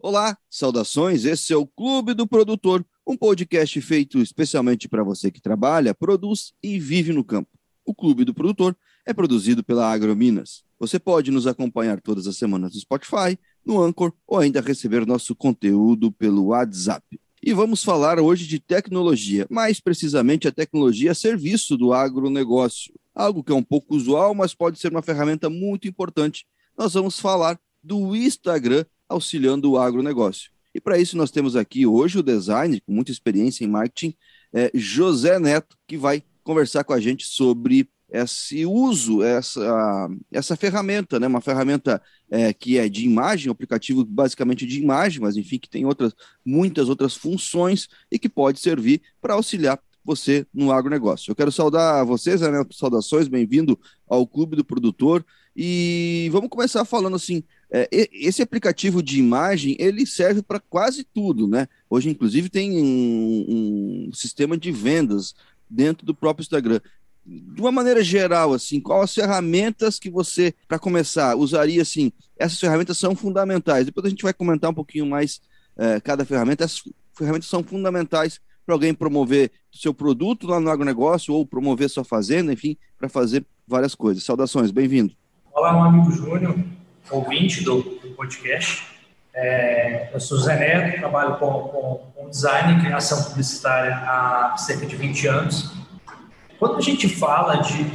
Olá, saudações, esse é o Clube do Produtor, um podcast feito especialmente para você que trabalha, produz e vive no campo. O Clube do Produtor é produzido pela Agrominas. Você pode nos acompanhar todas as semanas no Spotify, no Anchor ou ainda receber nosso conteúdo pelo WhatsApp. E vamos falar hoje de tecnologia, mais precisamente a tecnologia a serviço do agronegócio. Algo que é um pouco usual, mas pode ser uma ferramenta muito importante. Nós vamos falar do Instagram auxiliando o agronegócio. E para isso nós temos aqui hoje o designer com muita experiência em marketing, José Neto, que vai conversar com a gente sobre esse uso, essa ferramenta, né? Uma ferramenta que é de imagem, um aplicativo basicamente de imagem, mas enfim, que tem muitas outras funções e que pode servir para auxiliar você no agronegócio. Eu quero saudar vocês, né? Saudações, bem-vindo ao Clube do Produtor. E vamos começar falando assim, esse aplicativo de imagem, ele serve para quase tudo, né? Hoje, inclusive, tem um sistema de vendas dentro do próprio Instagram. De uma maneira geral, assim, quais as ferramentas que você, para começar, usaria, assim, essas ferramentas são fundamentais. Depois a gente vai comentar um pouquinho mais cada ferramenta. Essas ferramentas são fundamentais para alguém promover o seu produto lá no agronegócio ou promover sua fazenda, enfim, para fazer várias coisas. Saudações, bem-vindo. Olá, meu amigo Júnior, ouvinte do podcast. Eu sou Zé Neto, trabalho com design e criação publicitária há cerca de 20 anos. Quando a gente fala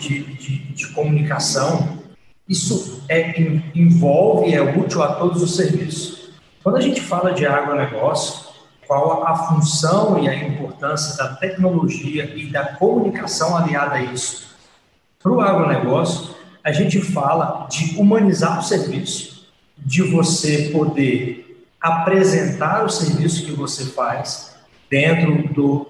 de comunicação, isso envolve e é útil a todos os serviços. Quando a gente fala de agronegócio, qual a função e a importância da tecnologia e da comunicação aliada a isso? Para o agronegócio, a gente fala de humanizar o serviço, de você poder apresentar o serviço que você faz dentro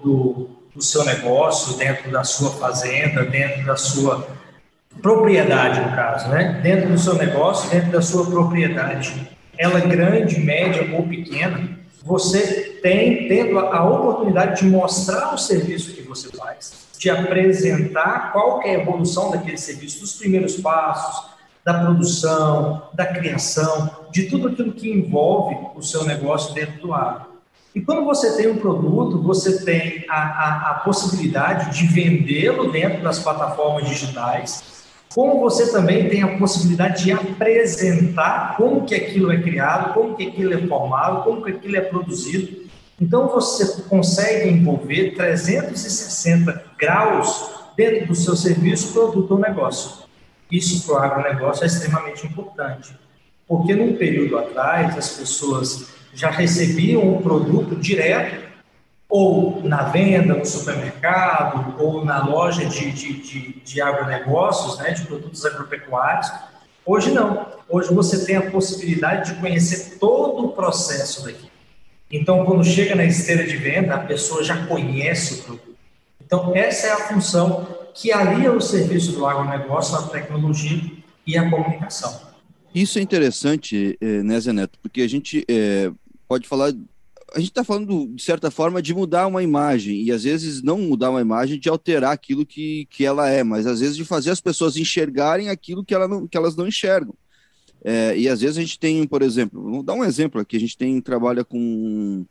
do seu negócio, dentro da sua fazenda, dentro da sua propriedade, no caso, né? Dentro do seu negócio, dentro da sua propriedade, ela é grande, média ou pequena, você tendo a oportunidade de mostrar o serviço que você faz, de apresentar qual que é a evolução daquele serviço, dos primeiros passos, da produção, da criação, de tudo aquilo que envolve o seu negócio dentro do agro. E quando você tem um produto, você tem a possibilidade de vendê-lo dentro das plataformas digitais, como você também tem a possibilidade de apresentar como que aquilo é criado, como que aquilo é formado, como que aquilo é produzido. Então, você consegue envolver 360 graus dentro do seu serviço, produto ou negócio. Isso para o agronegócio é extremamente importante, porque num período atrás, as pessoas já recebiam o produto direto, ou na venda, no supermercado, ou na loja de agronegócios, né, de produtos agropecuários. Hoje não. Hoje você tem a possibilidade de conhecer todo o processo daqui. Então, quando chega na esteira de venda, a pessoa já conhece o produto. Então, essa é a função que alia o serviço do agronegócio, a tecnologia e a comunicação. Isso é interessante, né, Zé Neto? Porque a gente pode falar... A gente está falando, de certa forma, de mudar uma imagem, e às vezes não mudar uma imagem, de alterar aquilo que ela é, mas às vezes de fazer as pessoas enxergarem aquilo que elas não enxergam. E às vezes a gente tem, por exemplo, vou dar um exemplo aqui, a gente trabalha com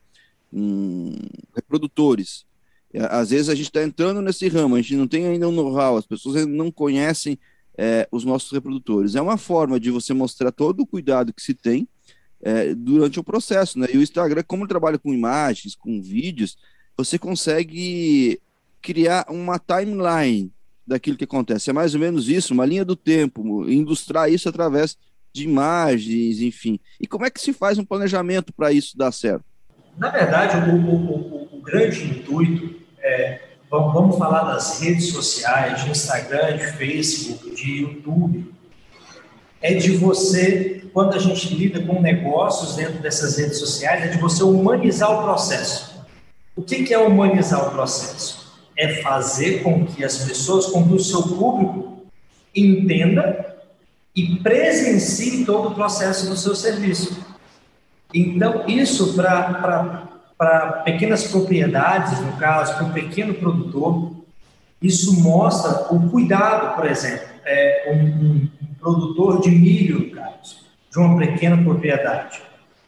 reprodutores. Às vezes a gente está entrando nesse ramo, a gente não tem ainda um know-how, as pessoas ainda não conhecem os nossos reprodutores. É uma forma de você mostrar todo o cuidado que se tem durante o processo, né? E o Instagram, como trabalha com imagens, com vídeos, você consegue criar uma timeline daquilo que acontece. É mais ou menos isso, uma linha do tempo, ilustrar isso através de imagens, enfim. E como é que se faz um planejamento para isso dar certo? Na verdade, o grande intuito vamos falar das redes sociais, de Instagram, de Facebook, de YouTube, é de você, quando a gente lida com negócios dentro dessas redes sociais, é de você humanizar o processo. O que é humanizar o processo? É fazer com que as pessoas, com que o seu público entenda e presencie todo o processo do seu serviço. Então, isso para pequenas propriedades, no caso, para um pequeno produtor, isso mostra o cuidado, por exemplo, um produtor de milho, no caso, de uma pequena propriedade.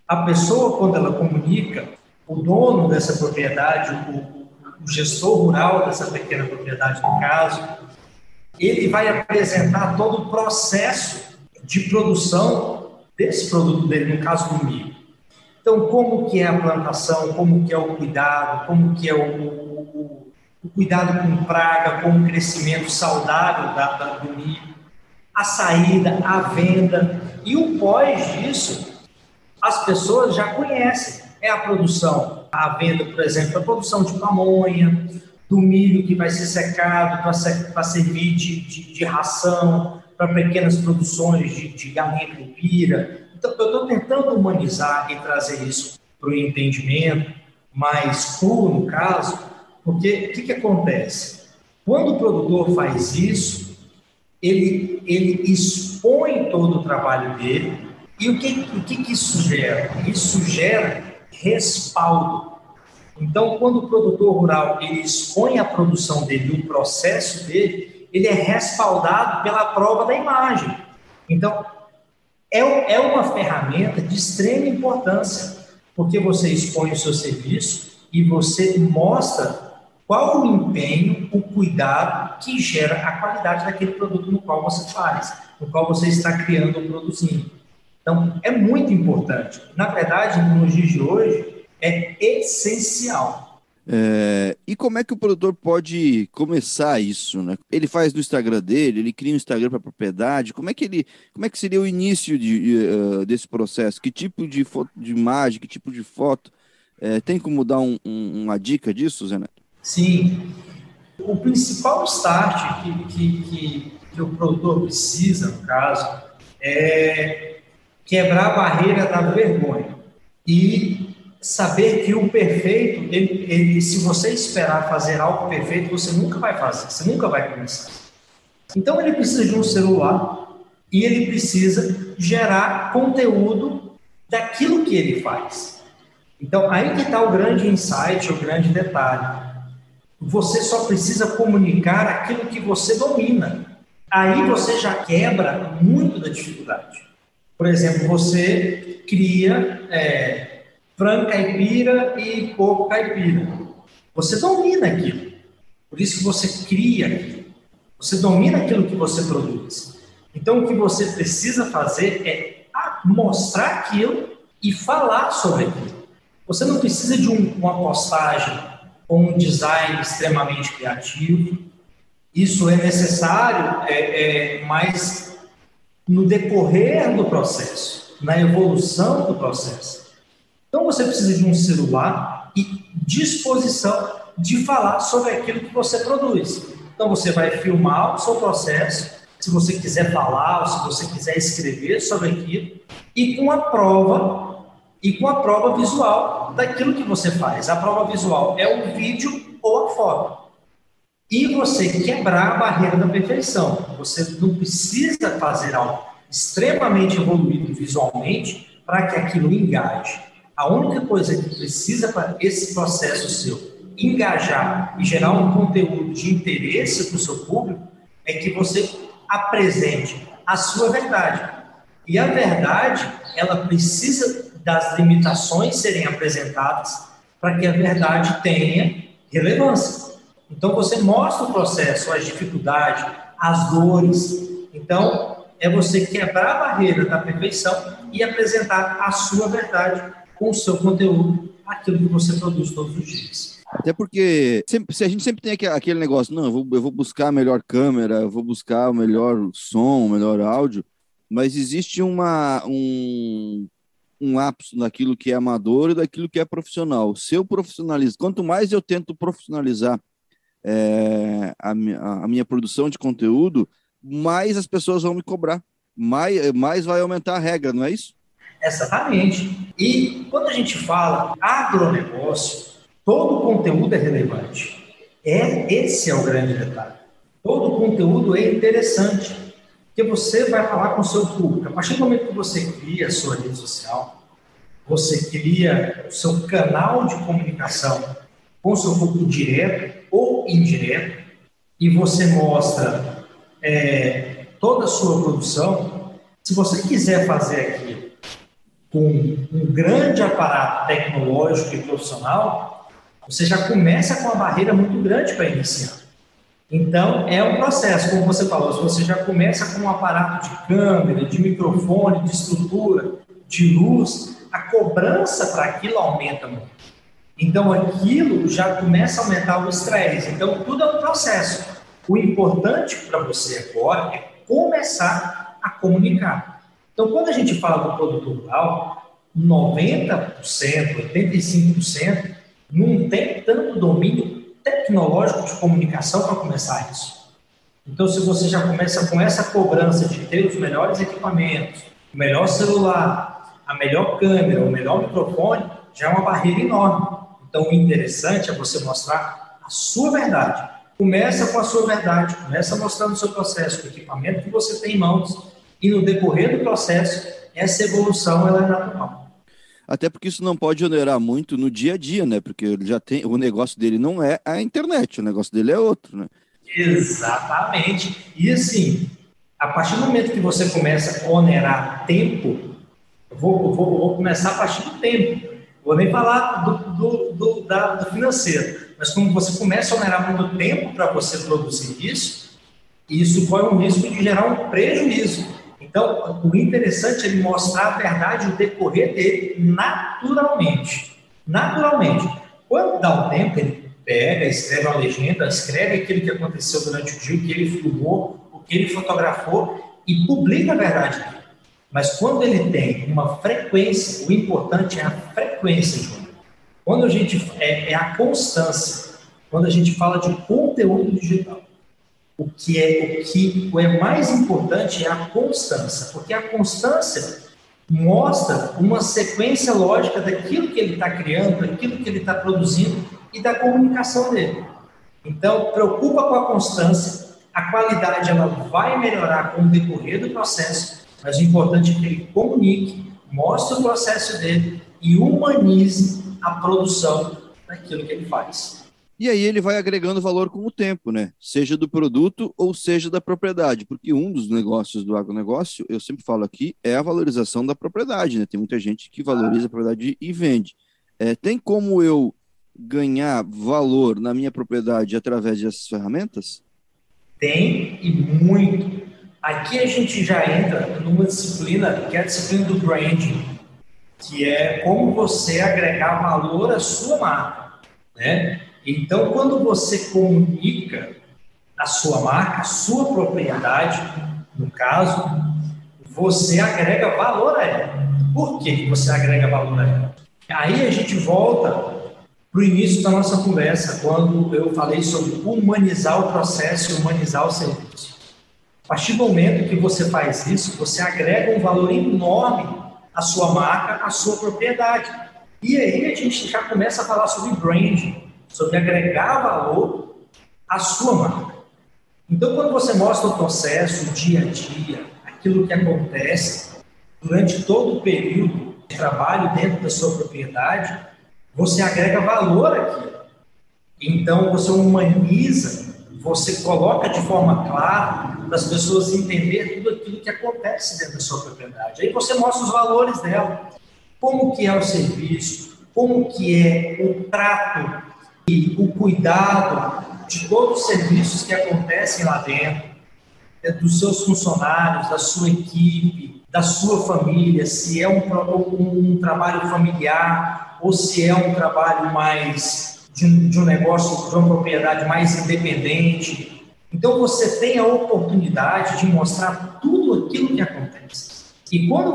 A pessoa, quando ela comunica, o dono dessa propriedade, o gestor rural dessa pequena propriedade, no caso, ele vai apresentar todo o processo de produção desse produto dele, no caso do milho. Então, como que é a plantação, como que é o cuidado, como que é o cuidado com praga, com o crescimento saudável do milho, a saída, a venda, e o pós disso, as pessoas já conhecem. É a produção, a venda, por exemplo, a produção de pamonha, do milho que vai ser secado para servir de ração, para pequenas produções de galinha caipira. Então, eu estou tentando humanizar e trazer isso para o entendimento mais cru, no caso, porque o que acontece? Quando o produtor faz isso, ele expõe todo o trabalho dele, e o que isso gera? Isso gera respaldo. Então, quando o produtor rural ele expõe a produção dele, o processo dele, ele é respaldado pela prova da imagem. Então, é uma ferramenta de extrema importância, porque você expõe o seu serviço e você mostra qual o empenho, o cuidado que gera a qualidade daquele produto no qual você faz, no qual você está criando ou produzindo. Então, é muito importante. Na verdade, nos dias de hoje, é essencial. E como é que o produtor pode começar isso, né? Ele faz no Instagram dele, ele cria um Instagram para propriedade. Como é que seria o início desse processo? Que tipo de foto, de imagem, que tipo de foto? Tem como dar uma dica disso, Zé Neto? Sim. O principal start que o produtor precisa, no caso, é quebrar a barreira da vergonha e saber que o perfeito, se você esperar fazer algo perfeito, você nunca vai fazer, você nunca vai começar. Então ele precisa de um celular e ele precisa gerar conteúdo daquilo que ele faz. Então aí que está o grande insight, o grande detalhe. Você só precisa comunicar aquilo que você domina. Aí você já quebra muito da dificuldade. Por exemplo, você cria frango caipira e porco caipira. Você domina aquilo. Por isso que você cria aquilo. Você domina aquilo que você produz. Então, o que você precisa fazer é mostrar aquilo e falar sobre aquilo. Você não precisa de uma postagem ou um design extremamente criativo. Isso é necessário, mas no decorrer do processo, na evolução do processo. Então, você precisa de um celular e disposição de falar sobre aquilo que você produz. Então, você vai filmar o seu processo, se você quiser falar ou se você quiser escrever sobre aquilo, e com a prova visual daquilo que você faz. A prova visual é o vídeo ou a foto. E você quebrar a barreira da perfeição. Você não precisa fazer algo extremamente evoluído visualmente para que aquilo engaje. A única coisa que precisa para esse processo seu engajar e gerar um conteúdo de interesse para o seu público é que você apresente a sua verdade. E a verdade, ela precisa das limitações serem apresentadas para que a verdade tenha relevância. Então, você mostra o processo, as dificuldades, as dores. Então, é você quebrar a barreira da perfeição e apresentar a sua verdade com o seu conteúdo, aquilo que você produz todos os dias. Até porque se a gente sempre tem aquele negócio, não, eu vou buscar a melhor câmera, eu vou buscar o melhor som, o melhor áudio, mas existe um lapso daquilo que é amador e daquilo que é profissional. Se eu profissionalizo, quanto mais eu tento profissionalizar a minha produção de conteúdo, mais as pessoas vão me cobrar, mais vai aumentar a regra, não é isso? Exatamente. E quando a gente fala agronegócio, todo o conteúdo é relevante. Esse é o grande detalhe. Todo o conteúdo é interessante, porque você vai falar com o seu público. A partir do momento que você cria a sua rede social, você cria o seu canal de comunicação com o seu público direto ou indireto, e você mostra toda a sua produção. Se você quiser fazer aquilo com um grande aparato tecnológico e profissional, você já começa com uma barreira muito grande para iniciar. Então, é um processo, como você falou, se você já começa com um aparato de câmera, de microfone, de estrutura, de luz, a cobrança para aquilo aumenta muito. Então, aquilo já começa a aumentar o estresse. Então, tudo é um processo. O importante para você agora é começar a comunicar. Então, quando a gente fala do produto rural, 90%, 85% não tem tanto domínio tecnológico de comunicação para começar isso. Então, se você já começa com essa cobrança de ter os melhores equipamentos, o melhor celular, a melhor câmera, o melhor microfone, já é uma barreira enorme. Então, o interessante é você mostrar a sua verdade. Começa com a sua verdade, começa mostrando o seu processo, o equipamento que você tem em mãos, e no decorrer do processo, essa evolução ela é natural. Até porque isso não pode onerar muito no dia a dia, né? Porque ele já tem, o negócio dele não é a internet, o negócio dele é outro, né? Exatamente. E assim, a partir do momento que você começa a onerar tempo, eu vou começar a partir do tempo. Vou nem falar do financeiro, mas como você começa a onerar muito tempo para você produzir isso corre um risco de gerar um prejuízo. Então, o interessante é ele mostrar a verdade, o decorrer dele naturalmente. Naturalmente. Quando dá o tempo, ele pega, escreve a legenda, escreve aquilo que aconteceu durante o dia, o que ele filmou, o que ele fotografou e publica a verdade dele. Mas quando ele tem uma frequência, o importante é a frequência, Júnior. Quando a gente é a constância, quando a gente fala de conteúdo digital, o que é mais importante é a constância, porque a constância mostra uma sequência lógica daquilo que ele está criando, daquilo que ele está produzindo e da comunicação dele. Então, preocupa com a constância, a qualidade ela vai melhorar com o decorrer do processo, mas o importante é que ele comunique, mostre o processo dele e humanize a produção daquilo que ele faz. E aí ele vai agregando valor com o tempo, né? Seja do produto ou seja da propriedade, porque um dos negócios do agronegócio, eu sempre falo aqui, é a valorização da propriedade, né? Tem muita gente que valoriza a propriedade e vende. Tem como eu ganhar valor na minha propriedade através dessas ferramentas? Tem e muito. Aqui a gente já entra numa disciplina que é a disciplina do branding, que é como você agregar valor à sua marca, né? Então, quando você comunica a sua marca, a sua propriedade, no caso, você agrega valor a ela. Por que você agrega valor a ela? Aí a gente volta para o início da nossa conversa, quando eu falei sobre humanizar o processo e humanizar o serviço. A partir do momento que você faz isso, você agrega um valor enorme à sua marca, à sua propriedade. E aí a gente já começa a falar sobre branding, sobre agregar valor à sua marca. Então, quando você mostra o processo, o dia a dia, aquilo que acontece durante todo o período de trabalho dentro da sua propriedade, você agrega valor àquilo. Então, você humaniza, você coloca de forma clara para as pessoas entenderem tudo aquilo que acontece dentro da sua propriedade. Aí você mostra os valores dela, como que é o serviço, como que é o trato e o cuidado de todos os serviços que acontecem lá dentro, dos seus funcionários, da sua equipe, da sua família, se é um trabalho familiar ou se é um trabalho mais de um negócio, de uma propriedade mais independente. Então, você tem a oportunidade de mostrar tudo aquilo que acontece. E quando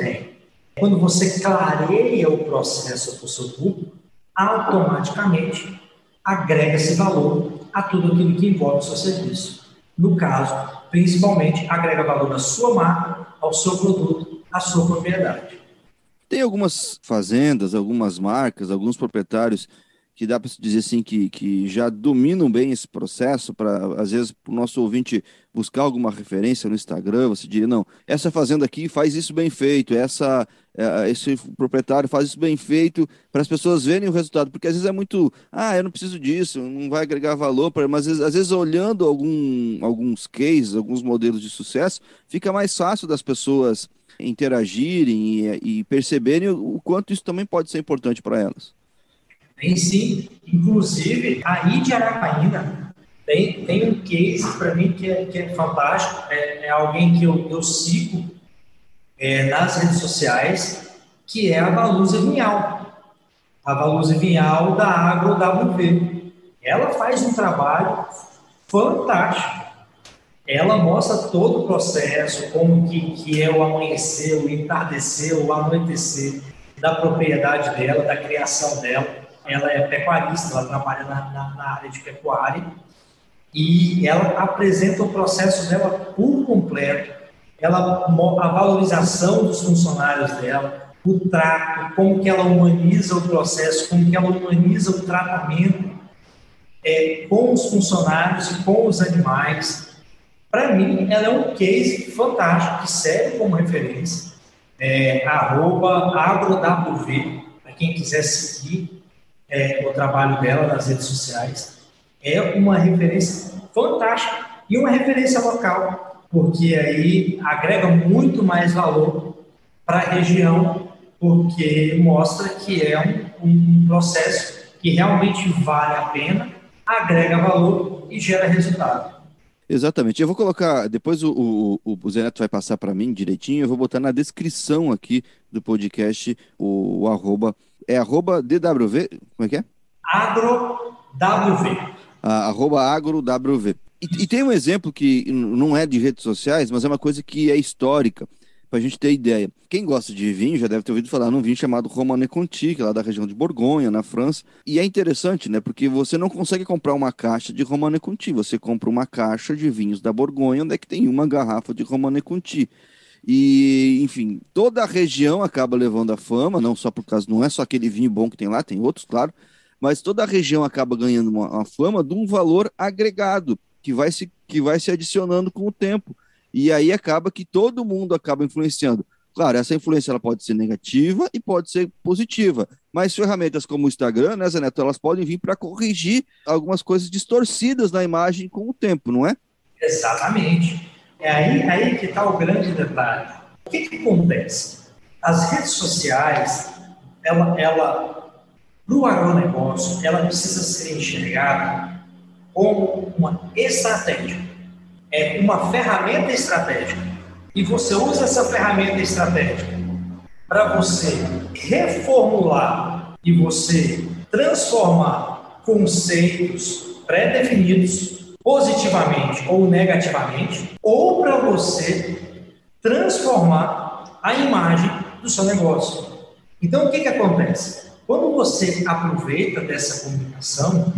você clareia o processo para o seu público, automaticamente agrega esse valor a tudo aquilo que envolve o seu serviço. No caso, principalmente, agrega valor à sua marca, ao seu produto, à sua propriedade. Tem algumas fazendas, algumas marcas, alguns proprietários que dá para se dizer assim que já dominam bem esse processo para, às vezes, para o nosso ouvinte buscar alguma referência no Instagram, você diria, não, essa fazenda aqui faz isso bem feito, esse proprietário faz isso bem feito para as pessoas verem o resultado, porque às vezes é muito, eu não preciso disso, não vai agregar valor, mas às vezes olhando alguns cases, alguns modelos de sucesso, fica mais fácil das pessoas interagirem e perceberem o quanto isso também pode ser importante para elas. Tem sim, inclusive aí de Araguaína tem um case para mim que é fantástico, é alguém que eu sigo nas redes sociais, que é a Valusa Vinhal. A Valusa Vinhal da AgroWV. Ela faz um trabalho fantástico. Ela mostra todo o processo, como que é o amanhecer, o entardecer, o anoitecer da propriedade dela, da criação dela. Ela é pecuarista, ela trabalha na área de pecuária e ela apresenta o processo dela por completo, a valorização dos funcionários dela, o trato, como que ela humaniza o processo, como que ela humaniza o tratamento com os funcionários e com os animais. Para mim, ela é um case fantástico que serve como referência. @AgroWV, para quem quiser seguir o trabalho dela nas redes sociais. É uma referência fantástica e uma referência local, porque aí agrega muito mais valor para a região, porque mostra que é um processo que realmente vale a pena, agrega valor e gera resultado. Exatamente. Eu vou colocar, depois o Zé Neto vai passar para mim direitinho, eu vou botar na descrição aqui do podcast o arroba, arroba DWV, como é que é? AgroWV. Arroba AgroWV. E tem um exemplo que não é de redes sociais, mas é uma coisa que é histórica, para a gente ter ideia. Quem gosta de vinho já deve ter ouvido falar num vinho chamado Romanée Conti, que é lá da região de Borgonha, na França. E é interessante, né? Porque você não consegue comprar uma caixa de Romanée Conti, você compra uma caixa de vinhos da Borgonha, onde é que tem uma garrafa de Romanée Conti. E, enfim, toda a região acaba levando a fama, não só por causa, não é só aquele vinho bom que tem lá, tem outros, claro, mas toda a região acaba ganhando uma fama de um valor agregado, que vai se adicionando com o tempo. E aí acaba que todo mundo acaba influenciando. Claro, essa influência ela pode ser negativa e pode ser positiva, mas ferramentas como o Instagram, né, Zé Neto, elas podem vir para corrigir algumas coisas distorcidas na imagem com o tempo, não é? Exatamente. É aí que está o grande detalhe. O que acontece? As redes sociais, para o agronegócio, ela precisa ser enxergada como uma estratégia. É uma ferramenta estratégica. E você usa essa ferramenta estratégica para você reformular e você transformar conceitos pré-definidos positivamente ou negativamente, ou para você transformar a imagem do seu negócio. Então, o que acontece? Quando você aproveita dessa comunicação,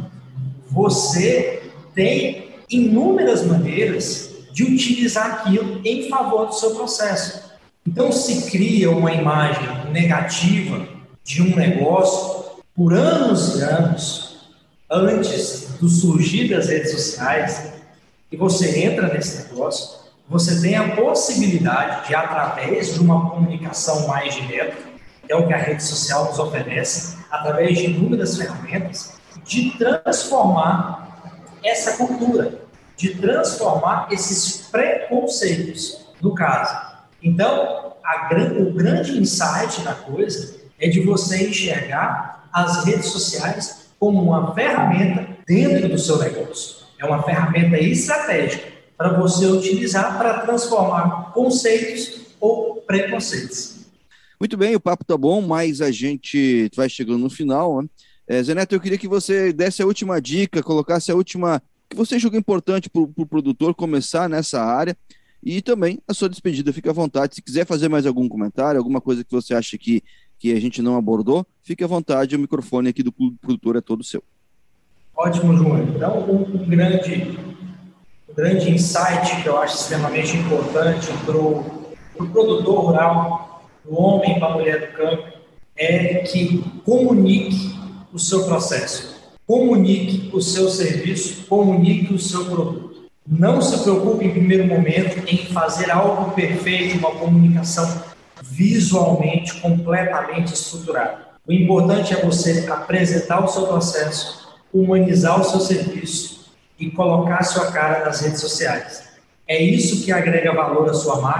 você tem inúmeras maneiras de utilizar aquilo em favor do seu processo. Então, se cria uma imagem negativa de um negócio por anos e anos antes do surgir das redes sociais, e você entra nesse negócio, você tem a possibilidade de, através de uma comunicação mais direta, que é o que a rede social nos oferece, através de inúmeras ferramentas, de transformar essa cultura, de transformar esses preconceitos, no caso. Então, o grande insight da coisa é de você enxergar as redes sociais como uma ferramenta dentro do seu negócio. É uma ferramenta estratégica para você utilizar para transformar conceitos ou preconceitos. Muito bem, o papo tá bom, mas a gente vai chegando no final, né? Zé Neto, eu queria que você desse a última dica, colocasse a última, que você julga importante para o produtor começar nessa área, e também a sua despedida, fique à vontade. Se quiser fazer mais algum comentário, alguma coisa que você acha que a gente não abordou, fique à vontade, o microfone aqui do Clube do Produtor é todo seu. Ótimo, João. Então, um grande insight que eu acho extremamente importante para o produtor rural, para o homem e para a mulher do campo, é que comunique o seu processo, comunique o seu serviço, comunique o seu produto. Não se preocupe em primeiro momento em fazer algo perfeito, uma comunicação visualmente, completamente estruturada. O importante é você apresentar o seu processo, humanizar o seu serviço e colocar a sua cara nas redes sociais. É isso que agrega valor à sua marca,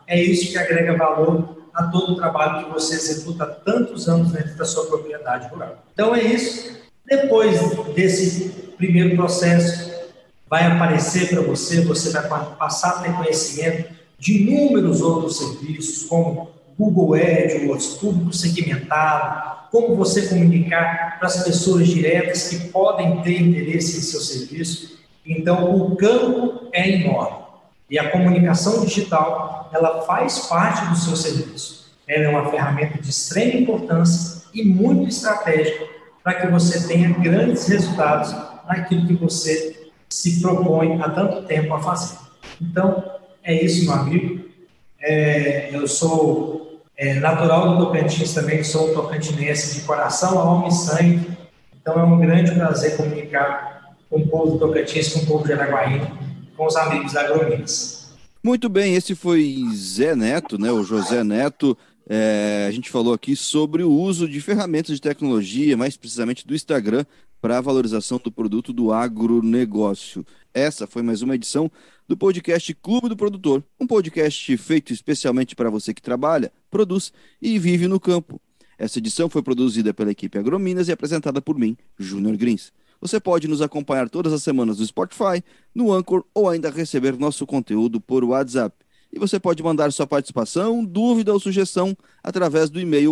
é isso que agrega valor a todo o trabalho que você executa há tantos anos dentro da sua propriedade rural. Então é isso. Depois desse primeiro processo, vai aparecer para você, você vai passar a ter conhecimento de inúmeros outros serviços, como Google AdWords, público segmentado, como você comunicar para as pessoas diretas que podem ter interesse em seu serviço. Então, o campo é enorme. E a comunicação digital, ela faz parte do seu serviço. Ela é uma ferramenta de extrema importância e muito estratégica para que você tenha grandes resultados naquilo que você se propõe há tanto tempo a fazer. Então, é isso, meu amigo. Eu sou natural do Tocantins também, sou um tocantinense de coração, alma e sangue. Então, é um grande prazer comunicar com o povo do Tocantins, com o povo de Araguaína, com os amigos da Agrominas. Muito bem, esse foi Zé Neto, né, o José Neto. A gente falou aqui sobre o uso de ferramentas de tecnologia, mais precisamente do Instagram, para a valorização do produto do agronegócio. Essa foi mais uma edição do podcast Clube do Produtor, um podcast feito especialmente para você que trabalha, produz e vive no campo. Essa edição foi produzida pela equipe Agrominas e apresentada por mim, Júnior Grins. Você pode nos acompanhar todas as semanas no Spotify, no Anchor ou ainda receber nosso conteúdo por WhatsApp. E você pode mandar sua participação, dúvida ou sugestão através do e-mail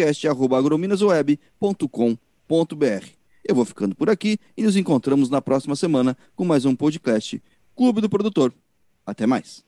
podcast@agrominasweb.com.br. Eu vou ficando por aqui e nos encontramos na próxima semana com mais um podcast Clube do Produtor. Até mais!